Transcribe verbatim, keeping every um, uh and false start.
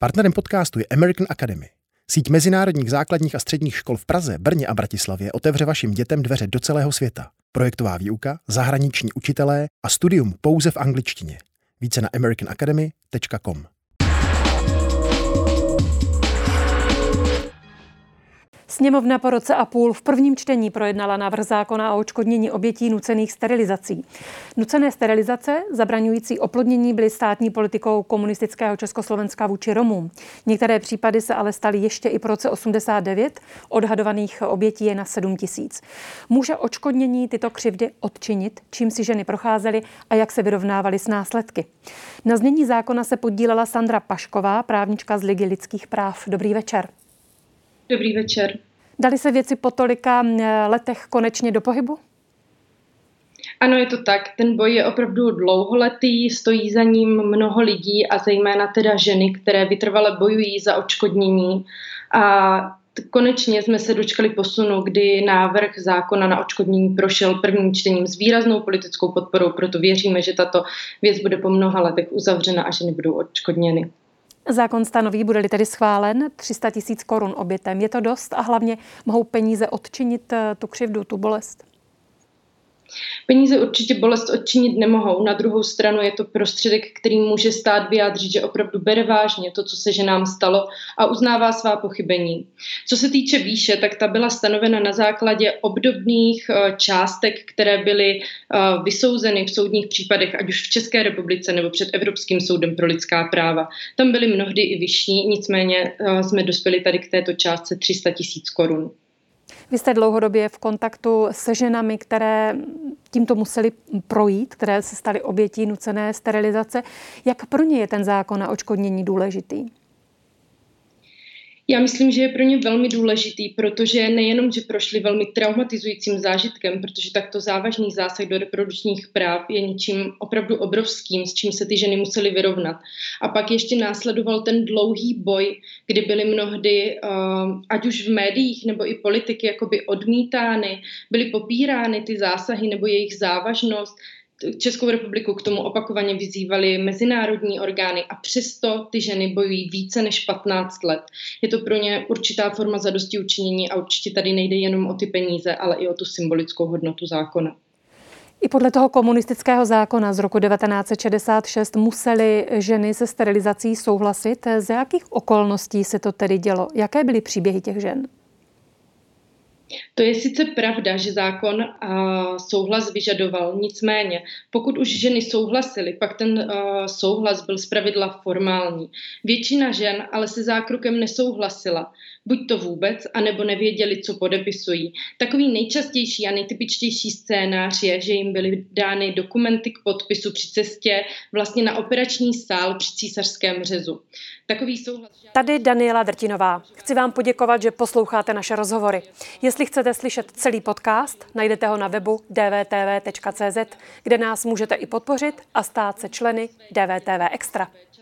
Partnerem podcastu je American Academy. Síť mezinárodních základních a středních škol v Praze, Brně a Bratislavě otevře vašim dětem dveře do celého světa. Projektová výuka, zahraniční učitelé a studium pouze v angličtině. Více na american academy tečka com. Sněmovna po roce a půl v prvním čtení projednala návrh zákona o odškodnění obětí nucených sterilizací. Nucené sterilizace zabraňující oplodnění byly státní politikou komunistického Československa vůči Romům. Některé případy se ale staly ještě i po roce osmdesát devět, odhadovaných obětí je na sedm tisíc. Může odškodnění tyto křivdy odčinit, čím si ženy procházely a jak se vyrovnávaly s následky? Na znění zákona se podílela Sandra Pašková, právnička z Ligy lidských práv. Dobrý večer. Dobrý večer. Dali se věci po tolika letech konečně do pohybu? Ano, je to tak. Ten boj je opravdu dlouholetý, stojí za ním mnoho lidí a zejména teda ženy, které vytrvale bojují za odškodnění. A konečně jsme se dočkali posunu, kdy návrh zákona na odškodnění prošel prvním čtením s výraznou politickou podporou, proto věříme, že tato věc bude po mnoha letech uzavřena a ženy budou odškodněny. Zákon stanoví, bude-li tedy schválen, tři sta tisíc korun obětem. Je to dost a hlavně mohou peníze odčinit tu křivdu, tu bolest? Peníze určitě bolest odčinit nemohou. Na druhou stranu je to prostředek, který může stát vyjádřit, že opravdu bere vážně to, co se ženám stalo a uznává svá pochybení. Co se týče výše, tak ta byla stanovena na základě obdobných částek, které byly vysouzeny v soudních případech, ať už v České republice nebo před Evropským soudem pro lidská práva. Tam byly mnohdy i vyšší, nicméně jsme dospěli tady k této částce tři sta tisíc korun. Vy jste dlouhodobě v kontaktu se ženami, které tímto museli projít, které se staly obětí nucené sterilizace. Jak pro ně je ten zákon na odškodnění důležitý? Já myslím, že je pro ně velmi důležitý, protože nejenom, že prošli velmi traumatizujícím zážitkem, protože takto závažný zásah do reprodukčních práv je něčím opravdu obrovským, s čím se ty ženy musely vyrovnat. A pak ještě následoval ten dlouhý boj, kdy byly mnohdy, ať už v médiích nebo i politiky, jakoby odmítány, byly popírány ty zásahy nebo jejich závažnost. Českou republiku k tomu opakovaně vyzývaly mezinárodní orgány a přesto ty ženy bojují více než patnáct let. Je to pro ně určitá forma zadostiučinění a určitě tady nejde jenom o ty peníze, ale i o tu symbolickou hodnotu zákona. I podle toho komunistického zákona z roku devatenáct set šedesát šest musely ženy se sterilizací souhlasit. Za jakých okolností se to tedy dělo? Jaké byly příběhy těch žen? To je sice pravda, že zákon a, souhlas vyžadoval, nicméně pokud už ženy souhlasily, pak ten a, souhlas byl zpravidla formální. Většina žen ale se zákrokem nesouhlasila, buď to vůbec, anebo nevěděli, co podepisují. Takový nejčastější a nejtypičtější scénář je, že jim byly dány dokumenty k podpisu při cestě vlastně na operační sál při císařském řezu. Takový souhlas... Tady Daniela Drtinová. Chci vám poděkovat, že posloucháte naše rozhovory. Jestli chcete slyšet celý podcast, najdete ho na webu d v t v tečka c z, kde nás můžete i podpořit a stát se členy D V T V Extra.